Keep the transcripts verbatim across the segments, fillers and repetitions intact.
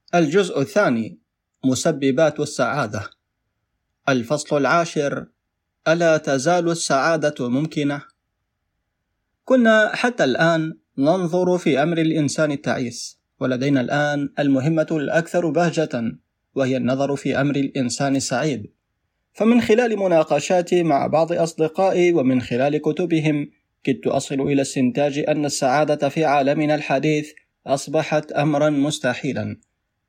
الجزء الثاني: مسببات السعادة. الفصل العاشر: ألا تزال السعادة ممكنة؟ كنا حتى الآن ننظر في أمر الإنسان التعيس، ولدينا الآن المهمة الأكثر بهجة، وهي النظر في أمر الإنسان السعيد. فمن خلال مناقشاتي مع بعض أصدقائي ومن خلال كتبهم كدت أصل إلى استنتاج أن السعادة في عالمنا الحديث أصبحت أمرا مستحيلا.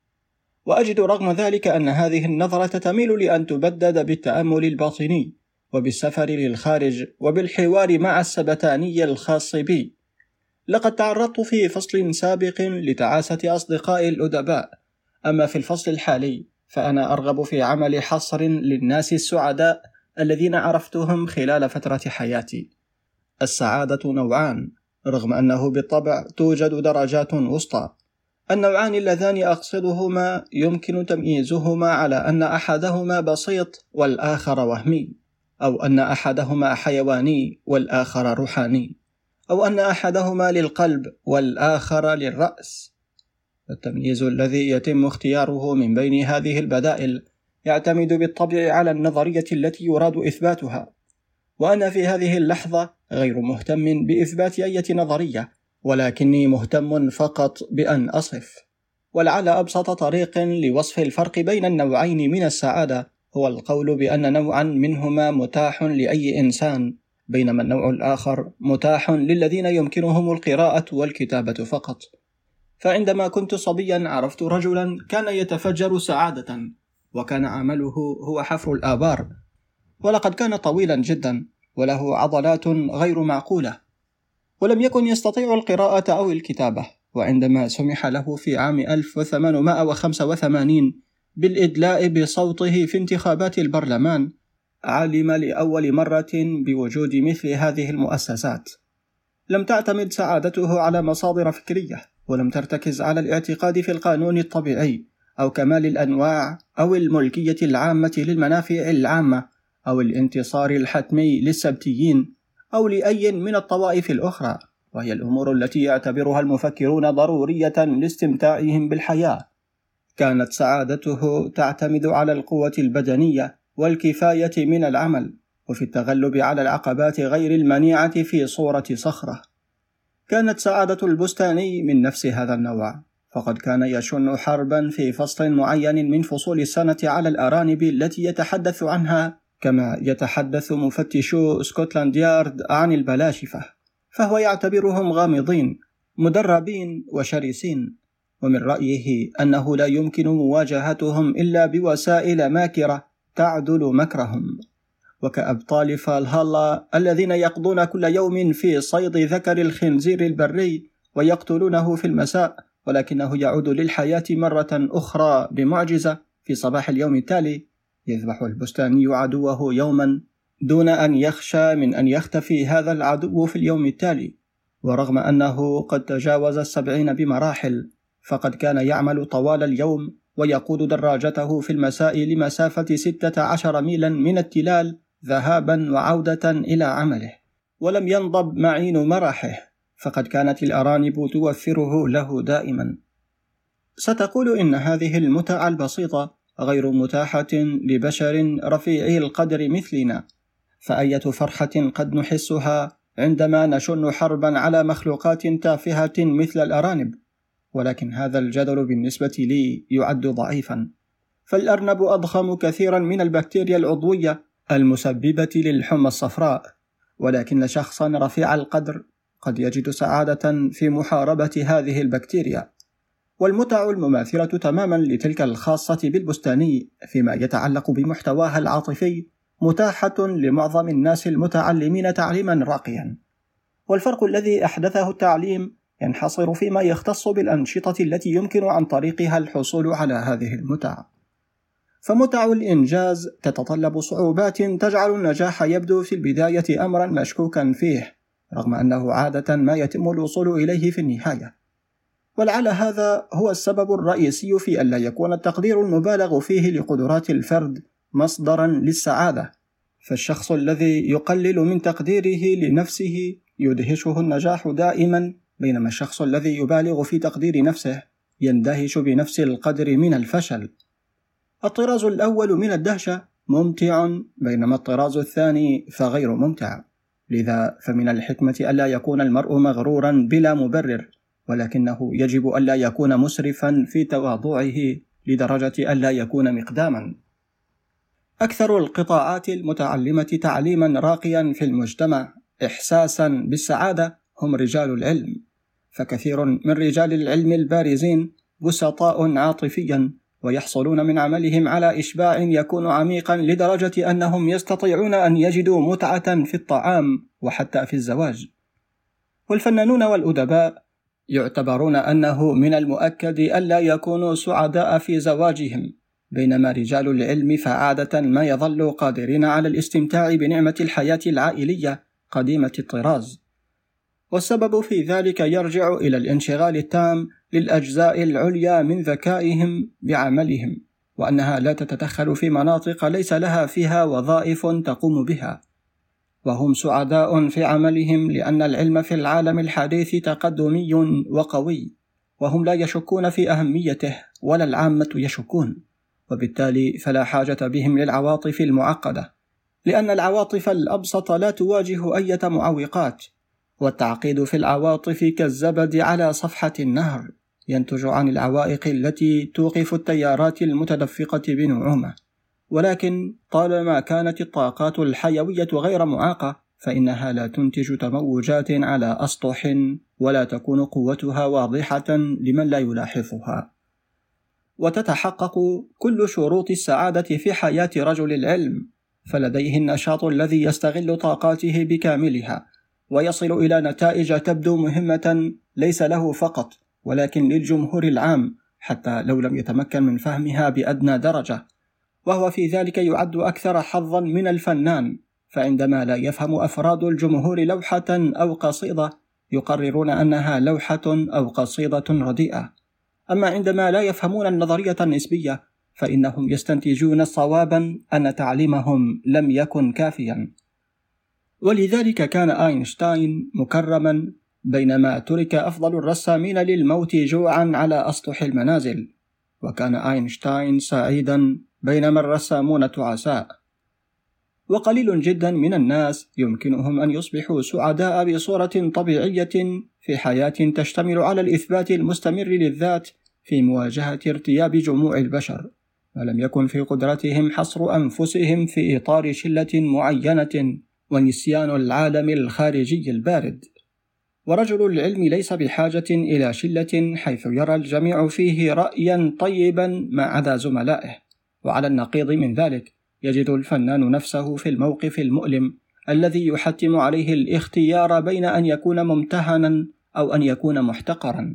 وأجد رغم ذلك أن هذه النظرة تميل لأن تبدد بالتأمل الباطني وبالسفر للخارج وبالحوار مع السبتاني الخاص بي. لقد تعرضت في فصل سابق لتعاسة أصدقائي الأدباء، أما في الفصل الحالي فأنا أرغب في عمل حصر للناس السعداء الذين عرفتهم خلال فترة حياتي. السعادة نوعان، رغم أنه بالطبع توجد درجات وسطى. النوعان اللذان أقصدهما يمكن تمييزهما على أن أحدهما بسيط والآخر وهمي، أو أن أحدهما حيواني والآخر روحاني، أو أن أحدهما للقلب والآخر للرأس. التمييز الذي يتم اختياره من بين هذه البدائل يعتمد بالطبع على النظرية التي يراد إثباتها، وأنا في هذه اللحظة غير مهتم بإثبات أي نظرية، ولكني مهتم فقط بأن أصف. ولعل أبسط طريق لوصف الفرق بين النوعين من السعادة هو القول بأن نوعا منهما متاح لأي إنسان، بينما النوع الآخر متاح للذين يمكنهم القراءة والكتابة فقط. فعندما كنت صبيا عرفت رجلا كان يتفجر سعادة، وكان عمله هو حفر الآبار، ولقد كان طويلا جدا وله عضلات غير معقولة، ولم يكن يستطيع القراءة أو الكتابة. وعندما سمح له في عام ألف وثمانمائة وخمسة وثمانين بالإدلاء بصوته في انتخابات البرلمان، علم لأول مرة بوجود مثل هذه المؤسسات. لم تعتمد سعادته على مصادر فكرية، ولم ترتكز على الاعتقاد في القانون الطبيعي أو كمال الأنواع أو الملكية العامة للمنافع العامة أو الانتصار الحتمي للسبتيين أو لأي من الطوائف الأخرى، وهي الأمور التي يعتبرها المفكرون ضرورية لاستمتاعهم بالحياة. كانت سعادته تعتمد على القوة البدنية والكفاية من العمل، وفي التغلب على العقبات غير المنيعة في صورة صخرة. كانت سعادة البستاني من نفس هذا النوع، فقد كان يشن حربا في فصل معين من فصول السنة على الأرانب التي يتحدث عنها كما يتحدث مفتشو سكوتلاند يارد عن البلاشفة، فهو يعتبرهم غامضين مدربين وشرسين، ومن رأيه أنه لا يمكن مواجهتهم إلا بوسائل ماكرة تعدل مكرهم، وكأبطال فالهالا الذين يقضون كل يوم في صيد ذكر الخنزير البري ويقتلونه في المساء، ولكنه يعود للحياة مرة أخرى بمعجزة في صباح اليوم التالي. يذبح البستاني عدوه يوما دون أن يخشى من أن يختفي هذا العدو في اليوم التالي، ورغم أنه قد تجاوز السبعين بمراحل فقد كان يعمل طوال اليوم ويقود دراجته في المساء لمسافة ستة عشر ميلا من التلال ذهابا وعودة إلى عمله، ولم ينضب معين مرحه، فقد كانت الأرانب توفره له دائما. ستقول إن هذه المتعة البسيطة غير متاحة لبشر رفيعي القدر مثلنا، فأية فرحة قد نحسها عندما نشن حربا على مخلوقات تافهة مثل الأرانب. ولكن هذا الجدل بالنسبة لي يعد ضعيفا، فالأرنب أضخم كثيرا من البكتيريا العضوية المسببة للحمى الصفراء، ولكن شخصا رفيع القدر قد يجد سعادة في محاربة هذه البكتيريا. والمتع المماثلة تماما لتلك الخاصة بالبستاني فيما يتعلق بمحتواها العاطفي متاحة لمعظم الناس المتعلمين تعليما راقيا. والفرق الذي أحدثه التعليم ينحصر فيما يختص بالأنشطة التي يمكن عن طريقها الحصول على هذه المتع. فمتع الإنجاز تتطلب صعوبات تجعل النجاح يبدو في البداية أمرا مشكوكا فيه، رغم أنه عادة ما يتم الوصول إليه في النهاية. ولعل هذا هو السبب الرئيسي في ألا يكون التقدير المبالغ فيه لقدرات الفرد مصدرا للسعادة. فالشخص الذي يقلل من تقديره لنفسه يدهشه النجاح دائما، بينما الشخص الذي يبالغ في تقدير نفسه يندهش بنفس القدر من الفشل. الطراز الأول من الدهشة ممتع، بينما الطراز الثاني فغير ممتع. لذا فمن الحكمة ألا يكون المرء مغرورا بلا مبرر، ولكنه يجب ألا يكون مسرفا في تواضعه لدرجة ألا يكون مقداما. أكثر القطاعات المتعلمة تعليما راقيا في المجتمع إحساسا بالسعادة هم رجال العلم، فكثير من رجال العلم البارزين بسطاء عاطفيا، ويحصلون من عملهم على إشباع يكون عميقا لدرجة أنهم يستطيعون أن يجدوا متعة في الطعام وحتى في الزواج. والفنانون والأدباء يعتبرون أنه من المؤكد ألا يكونوا سعداء في زواجهم، بينما رجال العلم فعادة ما يظلوا قادرين على الاستمتاع بنعمة الحياة العائلية قديمة الطراز. والسبب في ذلك يرجع إلى الانشغال التام للأجزاء العليا من ذكائهم بعملهم، وأنها لا تتدخل في مناطق ليس لها فيها وظائف تقوم بها. وهم سعداء في عملهم لأن العلم في العالم الحديث تقدمي وقوي، وهم لا يشكون في أهميته ولا العامة يشكون، وبالتالي فلا حاجة بهم للعواطف المعقدة، لأن العواطف الأبسط لا تواجه أي معوقات، والتعقيد في العواطف كالزبد على صفحة النهر ينتج عن العوائق التي توقف التيارات المتدفقة بنعومة. ولكن طالما كانت الطاقات الحيوية غير معاقة فإنها لا تنتج تموجات على أسطح، ولا تكون قوتها واضحة لمن لا يلاحظها. وتتحقق كل شروط السعادة في حياة رجل العلم، فلديه النشاط الذي يستغل طاقاته بكاملها، ويصل إلى نتائج تبدو مهمة ليس له فقط ولكن للجمهور العام، حتى لو لم يتمكن من فهمها بأدنى درجة. وهو في ذلك يعد أكثر حظا من الفنان، فعندما لا يفهم أفراد الجمهور لوحة أو قصيدة يقررون أنها لوحة أو قصيدة رديئة، أما عندما لا يفهمون النظرية النسبية فإنهم يستنتجون صوابا أن تعليمهم لم يكن كافيا. ولذلك كان أينشتاين مكرما بينما ترك أفضل الرسامين للموت جوعا على أسطح المنازل، وكان أينشتاين سعيدا بينما الرسامون تعساء. وقليل جدا من الناس يمكنهم أن يصبحوا سعداء بصورة طبيعية في حياة تشتمل على الإثبات المستمر للذات في مواجهة ارتياب جموع البشر، ولم يكن في قدرتهم حصر أنفسهم في إطار شلة معينة ونسيان العالم الخارجي البارد. ورجل العلم ليس بحاجة إلى شلة حيث يرى الجميع فيه رأيا طيبا ما عدا زملائه. وعلى النقيض من ذلك يجد الفنان نفسه في الموقف المؤلم الذي يحتم عليه الاختيار بين أن يكون ممتهنا أو أن يكون محتقرا.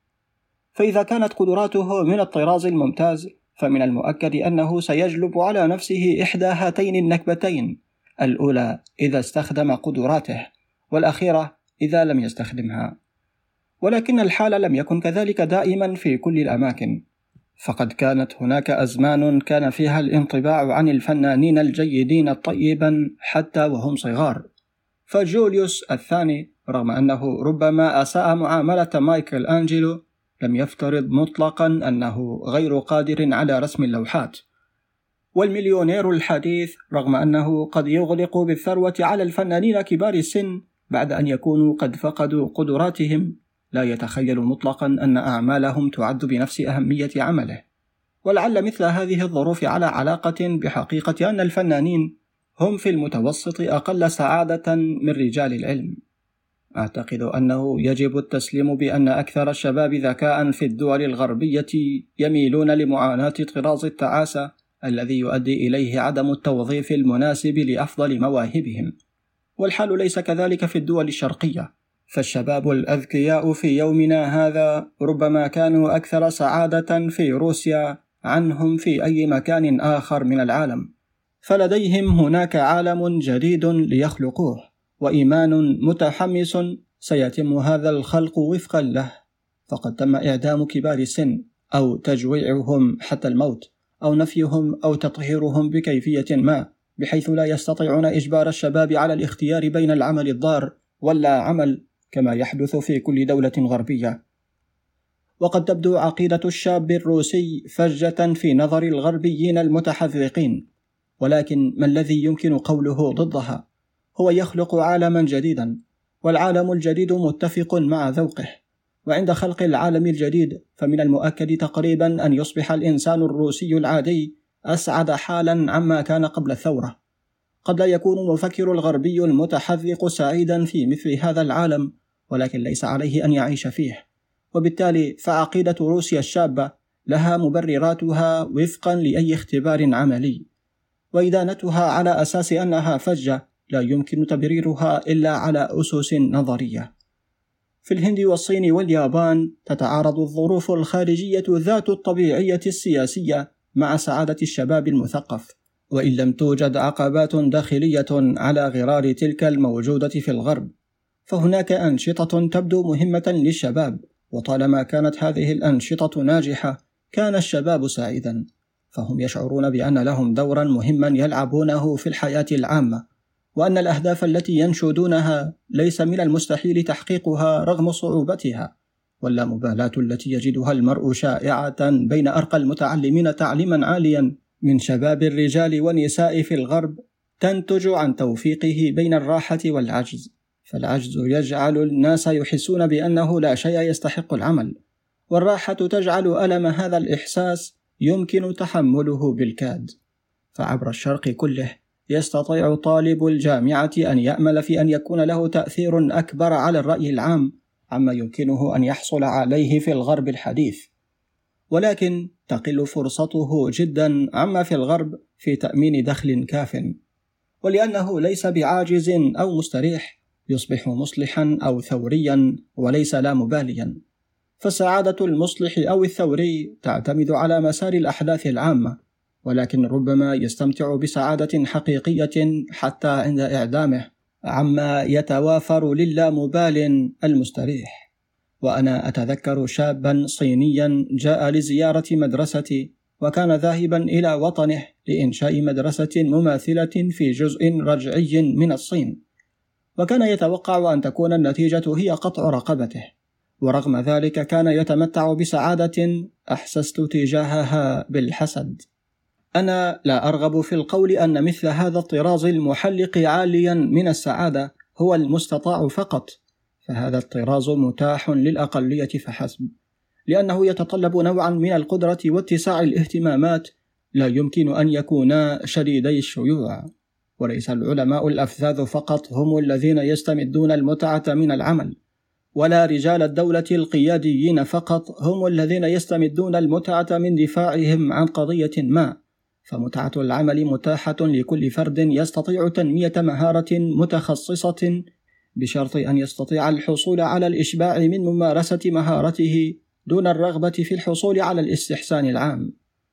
فإذا كانت قدراته من الطراز الممتاز فمن المؤكد أنه سيجلب على نفسه إحدى هاتين النكبتين، الأولى إذا استخدم قدراته، والأخيرة إذا لم يستخدمها. ولكن الحال لم يكن كذلك دائما في كل الأماكن، فقد كانت هناك أزمان كان فيها الانطباع عن الفنانين الجيدين طيبا حتى وهم صغار. فجوليوس الثاني رغم أنه ربما أساء معاملة مايكل أنجلو لم يفترض مطلقا أنه غير قادر على رسم اللوحات. والمليونير الحديث رغم أنه قد يغلق بالثروة على الفنانين كبار السن بعد أن يكونوا قد فقدوا قدراتهم لا يتخيل مطلقا أن أعمالهم تعد بنفس أهمية عمله. ولعل مثل هذه الظروف على علاقة بحقيقة أن الفنانين هم في المتوسط أقل سعادة من رجال العلم. أعتقد أنه يجب التسليم بأن أكثر الشباب ذكاء في الدول الغربية يميلون لمعاناة طراز التعاسة الذي يؤدي إليه عدم التوظيف المناسب لأفضل مواهبهم. والحال ليس كذلك في الدول الشرقية، فالشباب الأذكياء في يومنا هذا ربما كانوا أكثر سعادة في روسيا عنهم في أي مكان آخر من العالم، فلديهم هناك عالم جديد ليخلقوه وإيمان متحمس سيتم هذا الخلق وفقا له. فقد تم إعدام كبار السن أو تجويعهم حتى الموت أو نفيهم أو تطهيرهم بكيفية ما، بحيث لا يستطيعون إجبار الشباب على الاختيار بين العمل الضار ولا عمل كما يحدث في كل دولة غربية. وقد تبدو عقيدة الشاب الروسي فجة في نظر الغربيين المتحذقين، ولكن ما الذي يمكن قوله ضدها؟ هو يخلق عالما جديدا، والعالم الجديد متفق مع ذوقه. وعند خلق العالم الجديد فمن المؤكد تقريبا أن يصبح الإنسان الروسي العادي أسعد حالا عما كان قبل الثورة. قد لا يكون المفكر الغربي المتحذق سعيدا في مثل هذا العالم، ولكن ليس عليه أن يعيش فيه، وبالتالي فعقيدة روسيا الشابة لها مبرراتها وفقا لأي اختبار عملي، وإدانتها على أساس أنها فجة لا يمكن تبريرها إلا على أسس نظرية. في الهند والصين واليابان تتعارض الظروف الخارجية ذات الطبيعية السياسية مع سعادة الشباب المثقف، وإن لم توجد عقبات داخلية على غرار تلك الموجودة في الغرب، فهناك أنشطة تبدو مهمة للشباب، وطالما كانت هذه الأنشطة ناجحة كان الشباب سعيدا، فهم يشعرون بأن لهم دورا مهما يلعبونه في الحياة العامة، وأن الأهداف التي ينشدونها ليس من المستحيل تحقيقها رغم صعوبتها، واللامبالاة التي يجدها المرء شائعة بين أرقى المتعلمين تعليما عاليا من شباب الرجال والنساء في الغرب تنتج عن توفيقه بين الراحة والعجز. فالعجز يجعل الناس يحسون بأنه لا شيء يستحق العمل، والراحة تجعل ألم هذا الإحساس يمكن تحمله بالكاد. فعبر الشرق كله يستطيع طالب الجامعة أن يأمل في أن يكون له تأثير أكبر على الرأي العام عما يمكنه أن يحصل عليه في الغرب الحديث، ولكن تقل فرصته جدا عما في الغرب في تأمين دخل كاف، ولأنه ليس بعاجز أو مستريح يصبح مصلحا أو ثوريا وليس لا مباليا. فسعادة المصلح أو الثوري تعتمد على مسار الأحداث العامة، ولكن ربما يستمتع بسعادة حقيقية حتى عند إعدامه عما يتوافر للامبال المستريح. وأنا أتذكر شابا صينيا جاء لزيارة مدرستي، وكان ذاهبا إلى وطنه لإنشاء مدرسة مماثلة في جزء رجعي من الصين، وكان يتوقع أن تكون النتيجة هي قطع رقبته، ورغم ذلك كان يتمتع بسعادة أحسست تجاهها بالحسد. أنا لا أرغب في القول أن مثل هذا الطراز المحلق عاليا من السعادة هو المستطاع فقط، فهذا الطراز متاح للأقلية فحسب، لأنه يتطلب نوعا من القدرة واتساع الاهتمامات لا يمكن أن يكونا شديدي الشيوع. وليس العلماء الأفذاذ فقط هم الذين يستمدون المتعة من العمل، ولا رجال الدولة القياديين فقط هم الذين يستمدون المتعة من دفاعهم عن قضية ما، فمتعة العمل متاحة لكل فرد يستطيع تنمية مهارة متخصصة بشرط أن يستطيع الحصول على الإشباع من ممارسة مهارته دون الرغبة في الحصول على الاستحسان العام.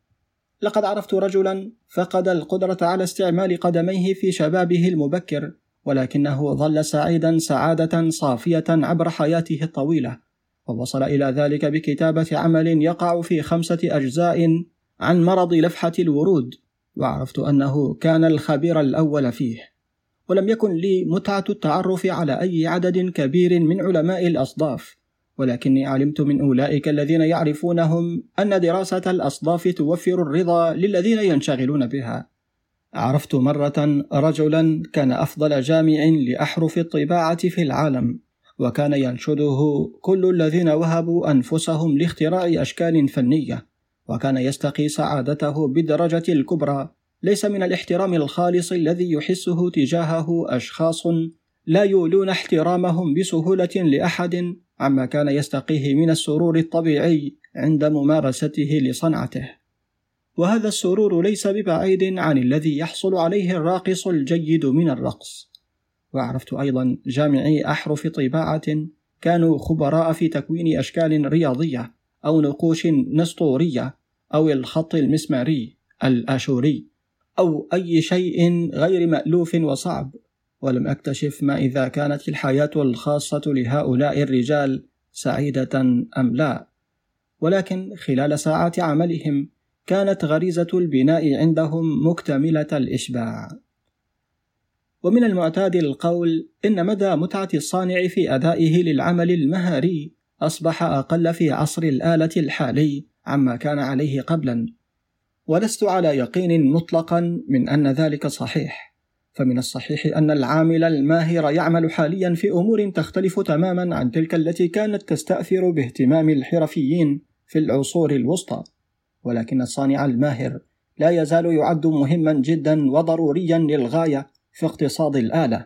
لقد عرفت رجلا فقد القدرة على استعمال قدميه في شبابه المبكر، ولكنه ظل سعيدا سعادة صافية عبر حياته الطويلة، ووصل إلى ذلك بكتابة عمل يقع في خمسة أجزاء عن مرض لفحة الورود، وعرفت أنه كان الخبير الأول فيه. ولم يكن لي متعة التعرف على أي عدد كبير من علماء الأصداف، ولكني علمت من أولئك الذين يعرفونهم أن دراسة الأصداف توفر الرضا للذين ينشغلون بها. عرفت مرة رجلا كان أفضل جامع لأحرف الطباعة في العالم، وكان ينشده كل الذين وهبوا أنفسهم لاختراع أشكال فنية، وكان يستقي سعادته بالدرجة الكبرى ليس من الاحترام الخالص الذي يحسه تجاهه أشخاص لا يولون احترامهم بسهولة لأحد، عما كان يستقيه من السرور الطبيعي عند ممارسته لصنعته. وهذا السرور ليس ببعيد عن الذي يحصل عليه الراقص الجيد من الرقص. وعرفت أيضا جامعي أحرف طباعة كانوا خبراء في تكوين أشكال رياضية أو نقوش نسطورية أو الخط المسماري الآشوري أو أي شيء غير مألوف وصعب، ولم أكتشف ما إذا كانت الحياة الخاصة لهؤلاء الرجال سعيدة أم لا، ولكن خلال ساعات عملهم كانت غريزة البناء عندهم مكتملة الإشباع. ومن المعتاد القول إن مدى متعة الصانع في أدائه للعمل المهاري أصبح أقل في عصر الآلة الحالي عما كان عليه قبلا، ولست على يقين مطلقا من أن ذلك صحيح. فمن الصحيح أن العامل الماهر يعمل حاليا في أمور تختلف تماما عن تلك التي كانت تستأثر باهتمام الحرفيين في العصور الوسطى، ولكن الصانع الماهر لا يزال يعد مهما جدا وضروريا للغاية في اقتصاد الآلة.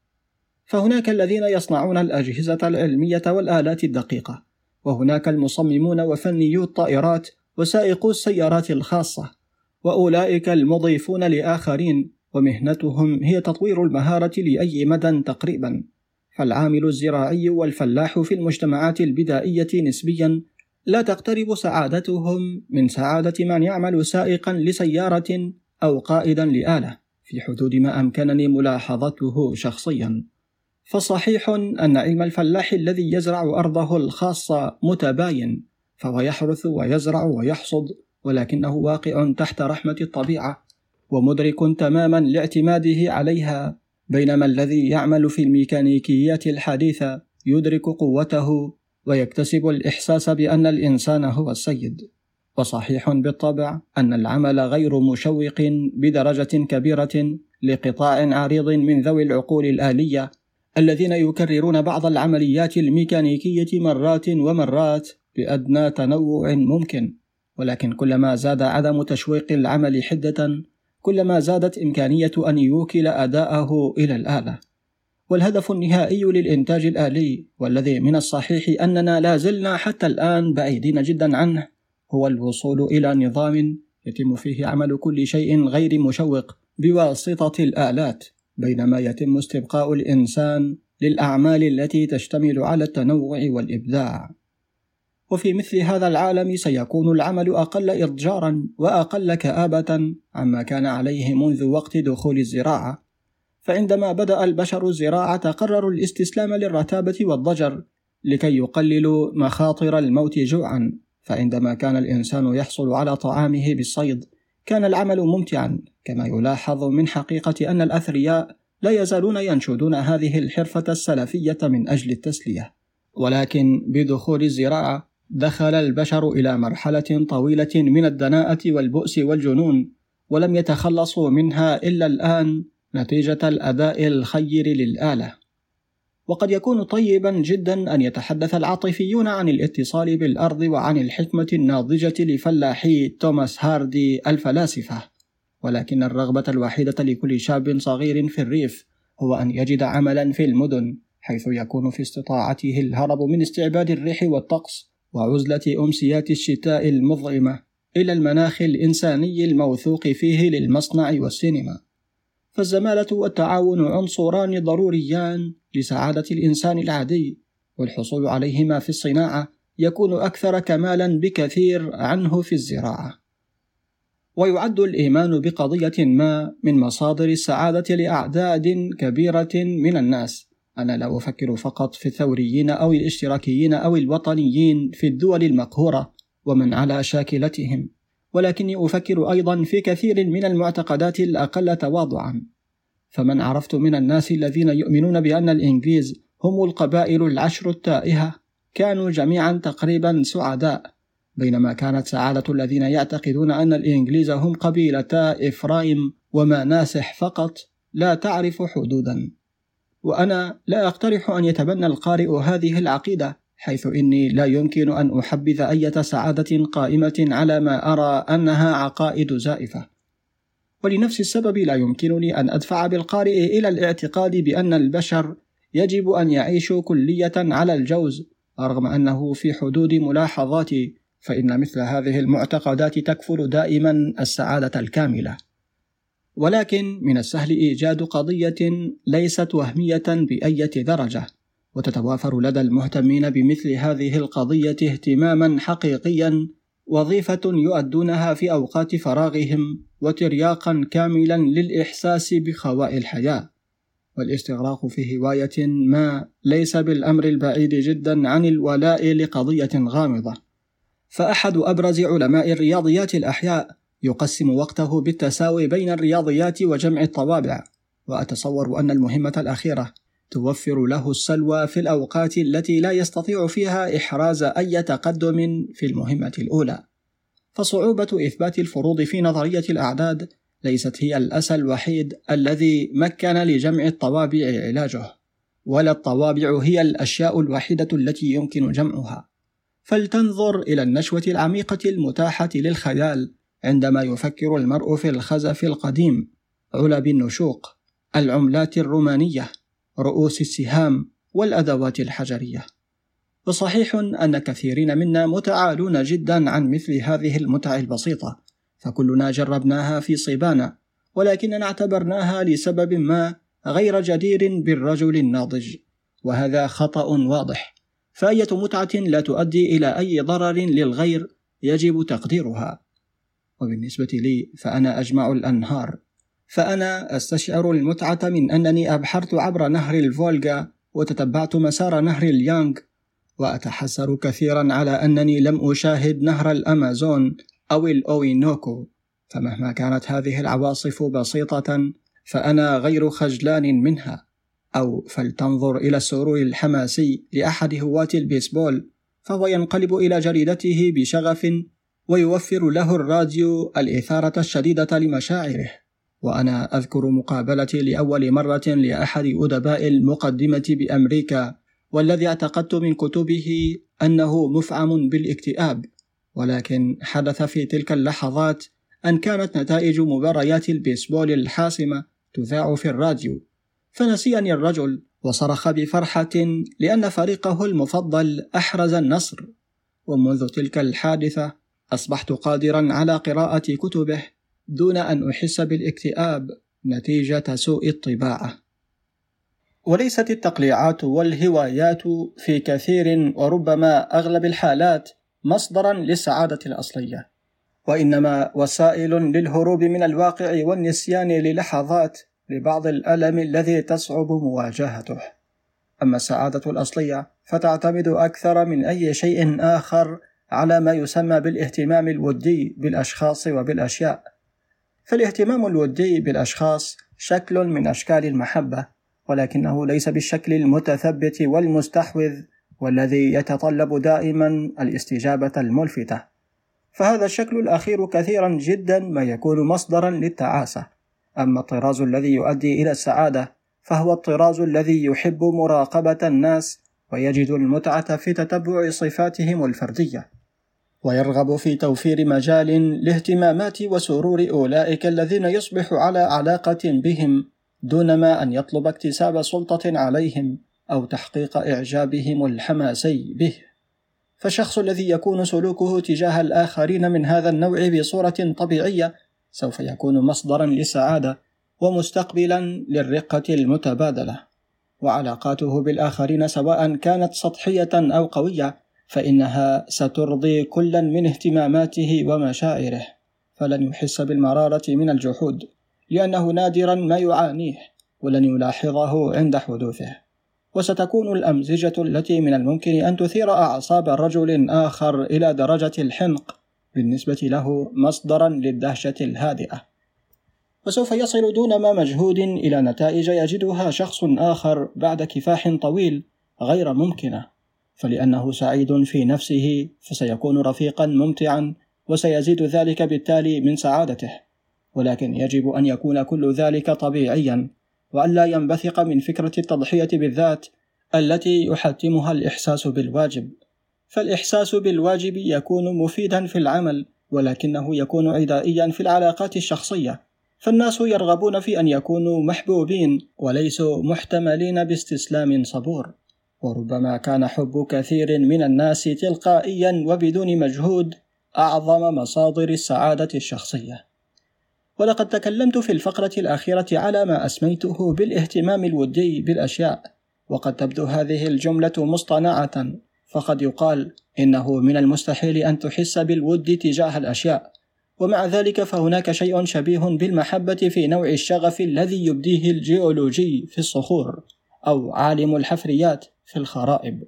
فهناك الذين يصنعون الأجهزة العلمية والآلات الدقيقة، وهناك المصممون وفنيو الطائرات وسائقو السيارات الخاصة، وأولئك المضيفون لآخرين، ومهنتهم هي تطوير المهارة لأي مدى تقريبا. فالعامل الزراعي والفلاح في المجتمعات البدائية نسبيا لا تقترب سعادتهم من سعادة من يعمل سائقا لسيارة أو قائدا لآلة، في حدود ما أمكنني ملاحظته شخصيا. فصحيح أن علم الفلاح الذي يزرع أرضه الخاصة متباين، فهو يحرث ويزرع ويحصد، ولكنه واقع تحت رحمة الطبيعة ومدرك تماما لاعتماده عليها، بينما الذي يعمل في الميكانيكيات الحديثة يدرك قوته ويكتسب الإحساس بأن الإنسان هو السيد. وصحيح بالطبع أن العمل غير مشوق بدرجة كبيرة لقطاع عريض من ذوي العقول الآلية الذين يكررون بعض العمليات الميكانيكية مرات ومرات بأدنى تنوع ممكن، ولكن كلما زاد عدم تشويق العمل حدة كلما زادت إمكانية أن يوكل أداءه إلى الآلة. والهدف النهائي للإنتاج الآلي، والذي من الصحيح أننا لا زلنا حتى الآن بعيدين جدا عنه، هو الوصول إلى نظام يتم فيه عمل كل شيء غير مشوق بواسطة الآلات، بينما يتم استبقاء الإنسان للأعمال التي تشتمل على التنوع والإبداع. وفي مثل هذا العالم سيكون العمل أقل إضجارا وأقل كآبة عما كان عليه منذ وقت دخول الزراعة. فعندما بدأ البشر الزراعة قرروا الاستسلام للرتابة والضجر لكي يقللوا مخاطر الموت جوعا، فعندما كان الإنسان يحصل على طعامه بالصيد كان العمل ممتعا، كما يلاحظ من حقيقة أن الأثرياء لا يزالون ينشدون هذه الحرفة السلفية من أجل التسلية. ولكن بدخول الزراعة دخل البشر إلى مرحلة طويلة من الدناءة والبؤس والجنون، ولم يتخلصوا منها إلا الآن نتيجة الأداء الخير للآلة. وقد يكون طيبا جدا أن يتحدث العاطفيون عن الاتصال بالأرض وعن الحكمة الناضجة لفلاحي توماس هاردي الفلاسفة، ولكن الرغبة الوحيدة لكل شاب صغير في الريف هو أن يجد عملا في المدن، حيث يكون في استطاعته الهرب من استعباد الريح والطقس وعزلة أمسيات الشتاء المظلمة إلى المناخ الإنساني الموثوق فيه للمصنع والسينما. فالزمالة والتعاون عنصران ضروريان لسعادة الإنسان العادي، والحصول عليهما في الصناعة يكون أكثر كمالا بكثير عنه في الزراعة. ويعد الإيمان بقضية ما من مصادر السعادة لأعداد كبيرة من الناس. أنا لا أفكر فقط في الثوريين أو الاشتراكيين أو الوطنيين في الدول المقهورة ومن على شاكلتهم، ولكني أفكر أيضا في كثير من المعتقدات الأقل تواضعا. فمن عرفت من الناس الذين يؤمنون بأن الإنجليز هم القبائل العشر التائهة كانوا جميعا تقريبا سعداء، بينما كانت سعادة الذين يعتقدون أن الإنجليز هم قبيلتا إفرايم وماناسح فقط لا تعرف حدودا. وأنا لا أقترح أن يتبنى القارئ هذه العقيدة، حيث إني لا يمكن أن أحبذ أي سعادة قائمة على ما أرى أنها عقائد زائفة. ولنفس السبب لا يمكنني أن أدفع بالقارئ إلى الاعتقاد بأن البشر يجب أن يعيشوا كلية على الجوز، رغم أنه في حدود ملاحظاتي فإن مثل هذه المعتقدات تكفل دائما السعادة الكاملة. ولكن من السهل إيجاد قضية ليست وهمية بأي درجة، وتتوافر لدى المهتمين بمثل هذه القضية اهتماما حقيقيا، وظيفة يؤدونها في أوقات فراغهم، وترياقا كاملا للإحساس بخواء الحياة. والاستغراق في هواية ما ليس بالأمر البعيد جدا عن الولاء لقضية غامضة. فأحد أبرز علماء الرياضيات الأحياء يقسم وقته بالتساوي بين الرياضيات وجمع الطوابع، وأتصور أن المهمة الأخيرة توفر له السلوى في الأوقات التي لا يستطيع فيها إحراز أي تقدم في المهمة الأولى. فصعوبة إثبات الفروض في نظرية الأعداد ليست هي الأسى الوحيد الذي مكن لجمع الطوابع علاجه، ولا الطوابع هي الأشياء الوحيدة التي يمكن جمعها. فلتنظر إلى النشوة العميقة المتاحة للخيال عندما يفكر المرء في الخزف القديم، علب النشوق، العملات الرومانية، رؤوس السهام والأدوات الحجرية. وصحيح أن كثيرين منا متعالون جدا عن مثل هذه المتع البسيطة، فكلنا جربناها في صبانا، ولكننا اعتبرناها لسبب ما غير جدير بالرجل الناضج، وهذا خطأ واضح. فأية متعة لا تؤدي إلى أي ضرر للغير يجب تقديرها. وبالنسبة لي فأنا أجمع الأنهار، فأنا أستشعر المتعة من أنني أبحرت عبر نهر الفولغا وتتبعت مسار نهر اليانغ، وأتحسر كثيرا على أنني لم أشاهد نهر الأمازون أو الأوينوكو. فمهما كانت هذه العواصف بسيطة فأنا غير خجلان منها. أو فلتنظر إلى السرور الحماسي لأحد هواة البيسبول، فهو ينقلب إلى جريدته بشغف ويوفر له الراديو الإثارة الشديدة لمشاعره. وأنا أذكر مقابلتي لأول مرة لأحد أدباء المقدمة بأمريكا، والذي اعتقدت من كتبه أنه مفعم بالاكتئاب، ولكن حدث في تلك اللحظات أن كانت نتائج مباريات البيسبول الحاسمة تذاع في الراديو، فنسيني الرجل وصرخ بفرحة لأن فريقه المفضل أحرز النصر. ومنذ تلك الحادثة أصبحت قادرا على قراءة كتبه دون أن أحس بالاكتئاب نتيجة سوء الطباعة. وليست التقليعات والهوايات في كثير وربما أغلب الحالات مصدرا للسعادة الأصلية، وإنما وسائل للهروب من الواقع والنسيان للحظات لبعض الألم الذي تصعب مواجهته. أما السعادة الأصلية فتعتمد أكثر من أي شيء آخر على ما يسمى بالاهتمام الودي بالأشخاص وبالأشياء. فالاهتمام الودي بالأشخاص شكل من أشكال المحبة، ولكنه ليس بالشكل المتثبت والمستحوذ والذي يتطلب دائما الاستجابة الملفتة. فهذا الشكل الأخير كثيرا جدا ما يكون مصدرا للتعاسة. أما الطراز الذي يؤدي إلى السعادة فهو الطراز الذي يحب مراقبة الناس ويجد المتعة في تتبع صفاتهم الفردية، ويرغب في توفير مجال لاهتمامات وسرور أولئك الذين يصبح على علاقة بهم دون ما أن يطلب اكتساب سلطة عليهم أو تحقيق إعجابهم الحماسي به. فالشخص الذي يكون سلوكه تجاه الآخرين من هذا النوع بصورة طبيعية سوف يكون مصدرا للسعادة ومستقبلا للرقة المتبادلة. وعلاقاته بالآخرين سواء كانت سطحية أو قوية فإنها سترضي كلا من اهتماماته ومشاعره، فلن يحس بالمرارة من الجحود لأنه نادرا ما يعانيه ولن يلاحظه عند حدوثه. وستكون الأمزجة التي من الممكن أن تثير أعصاب رجل آخر إلى درجة الحمق بالنسبة له مصدرا للدهشة الهادئة، وسوف يصل دون ما مجهود إلى نتائج يجدها شخص آخر بعد كفاح طويل غير ممكنة. فلأنه سعيد في نفسه فسيكون رفيقا ممتعا وسيزيد ذلك بالتالي من سعادته. ولكن يجب أن يكون كل ذلك طبيعيا، وألا ينبثق من فكرة التضحية بالذات التي يحتمها الإحساس بالواجب. فالإحساس بالواجب يكون مفيدا في العمل، ولكنه يكون عدائيا في العلاقات الشخصية. فالناس يرغبون في أن يكونوا محبوبين وليسوا محتملين باستسلام صبور. وربما كان حب كثير من الناس تلقائيا وبدون مجهود أعظم مصادر السعادة الشخصية. ولقد تكلمت في الفقرة الأخيرة على ما أسميته بالاهتمام الودي بالأشياء، وقد تبدو هذه الجملة مصطنعة، فقد يقال إنه من المستحيل أن تحس بالود تجاه الأشياء، ومع ذلك فهناك شيء شبيه بالمحبة في نوع الشغف الذي يبديه الجيولوجي في الصخور أو عالم الحفريات في الخرائب.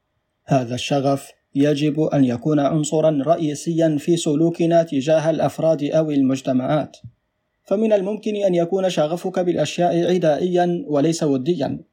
هذا الشغف يجب أن يكون عنصرا رئيسيا في سلوكنا تجاه الأفراد أو المجتمعات. فمن الممكن أن يكون شغفك بالأشياء عدائيا وليس وديا،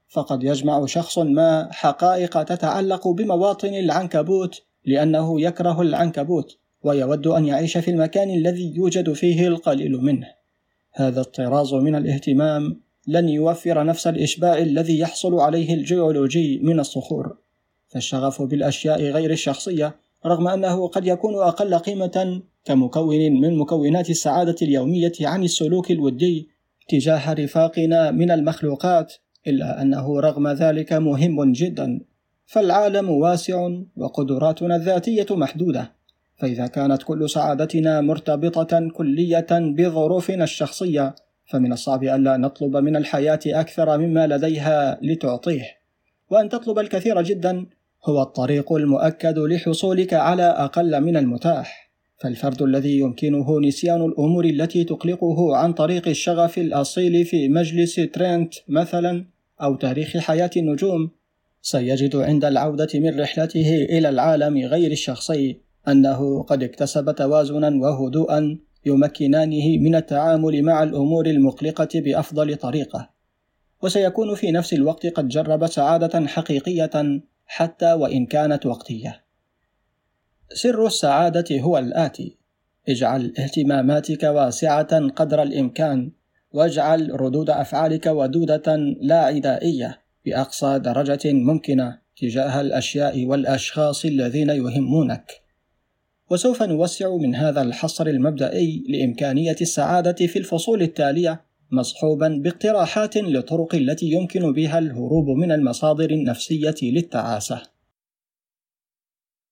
فقد يجمع شخص ما حقائق تتعلق بمواطن العنكبوت لأنه يكره العنكبوت ويود أن يعيش في المكان الذي يوجد فيه القليل منه. هذا الطراز من الاهتمام لن يوفر نفس الإشباع الذي يحصل عليه الجيولوجي من الصخور. فالشغف بالأشياء غير الشخصية رغم أنه قد يكون أقل قيمة كمكون من مكونات السعادة اليومية عن السلوك الودي تجاه رفاقنا من المخلوقات، إلا أنه رغم ذلك مهم جدا. فالعالم واسع وقدراتنا الذاتية محدودة، فإذا كانت كل سعادتنا مرتبطة كلية بظروفنا الشخصية فمن الصعب ألا نطلب من الحياة أكثر مما لديها لتعطيه. وأن تطلب الكثير جدا هو الطريق المؤكد لحصولك على أقل من المتاح. فالفرد الذي يمكنه نسيان الأمور التي تقلقه عن طريق الشغف الأصيل في مجلس ترينت مثلا أو تاريخ حياة النجوم سيجد عند العودة من رحلته إلى العالم غير الشخصي أنه قد اكتسب توازنا وهدوءا يمكنانه من التعامل مع الأمور المقلقة بأفضل طريقة، وسيكون في نفس الوقت قد جرب سعادة حقيقية حتى وإن كانت وقتية. سر السعادة هو الآتي: اجعل اهتماماتك واسعة قدر الإمكان، واجعل ردود أفعالك ودودة لا عدائية بأقصى درجة ممكنة تجاه الأشياء والأشخاص الذين يهمونك. وسوف نوسع من هذا الحصر المبدئي لإمكانية السعادة في الفصول التالية، مصحوبا باقتراحات لطرق التي يمكن بها الهروب من المصادر النفسية للتعاسة.